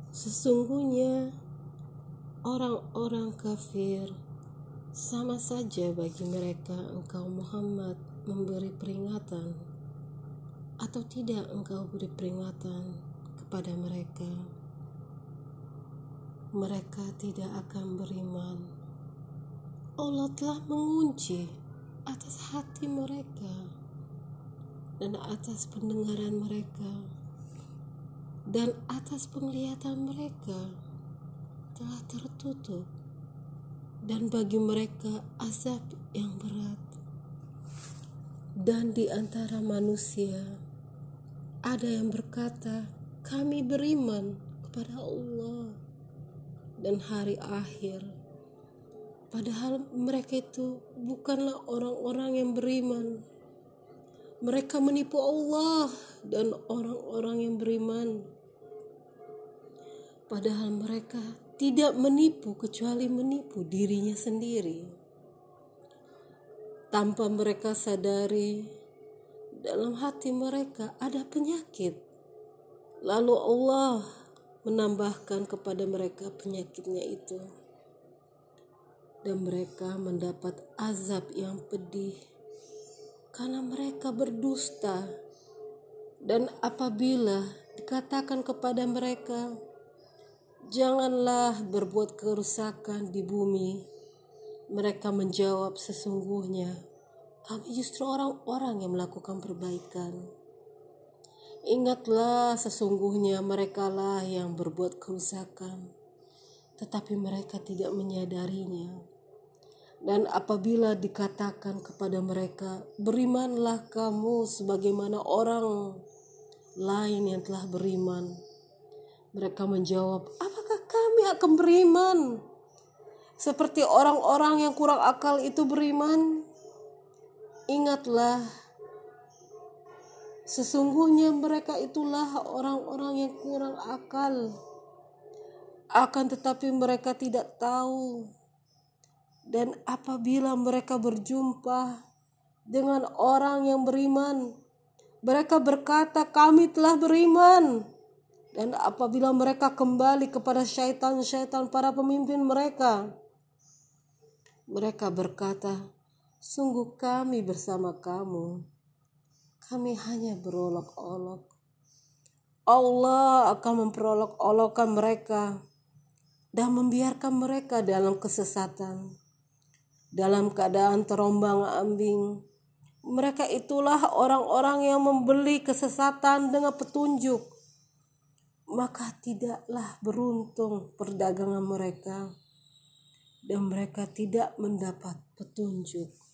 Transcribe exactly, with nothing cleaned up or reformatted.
Sesungguhnya orang-orang kafir sama saja bagi mereka engkau Muhammad memberi peringatan atau tidak engkau beri peringatan kepada mereka. Mereka tidak akan beriman. Allah telah mengunci atas hati mereka dan atas pendengaran mereka dan atas penglihatan mereka telah tertutup, dan bagi mereka azab yang berat. Dan di antara manusia ada yang berkata, kami beriman kepada Allah dan hari akhir, padahal mereka itu bukanlah orang-orang yang beriman. Mereka menipu Allah dan orang-orang yang beriman, padahal mereka tidak menipu kecuali menipu dirinya sendiri. Tanpa mereka sadari, dalam hati mereka ada penyakit. Lalu Allah menambahkan kepada mereka penyakitnya itu, dan mereka mendapat azab yang pedih karena mereka berdusta. Dan apabila dikatakan kepada mereka, janganlah berbuat kerusakan di bumi, mereka menjawab, sesungguhnya kami justru orang-orang yang melakukan perbaikan. Ingatlah, sesungguhnya merekalah yang berbuat kerusakan, tetapi mereka tidak menyadarinya. Dan apabila dikatakan kepada mereka, berimanlah kamu sebagaimana orang lain yang telah beriman, mereka menjawab, apakah kami akan beriman seperti orang-orang yang kurang akal itu beriman? Ingatlah, sesungguhnya mereka itulah orang-orang yang kurang akal, akan tetapi mereka tidak tahu. Dan apabila mereka berjumpa dengan orang yang beriman, mereka berkata, kami telah beriman. Dan apabila mereka kembali kepada syaitan-syaitan para pemimpin mereka, mereka berkata, sungguh kami bersama kamu, kami hanya berolok-olok. Allah akan memperolok-olokkan mereka dan membiarkan mereka dalam kesesatan, dalam keadaan terombang-ambing. Mereka itulah orang-orang yang membeli kesesatan dengan petunjuk, maka tidaklah beruntung perdagangan mereka, dan mereka tidak mendapat petunjuk.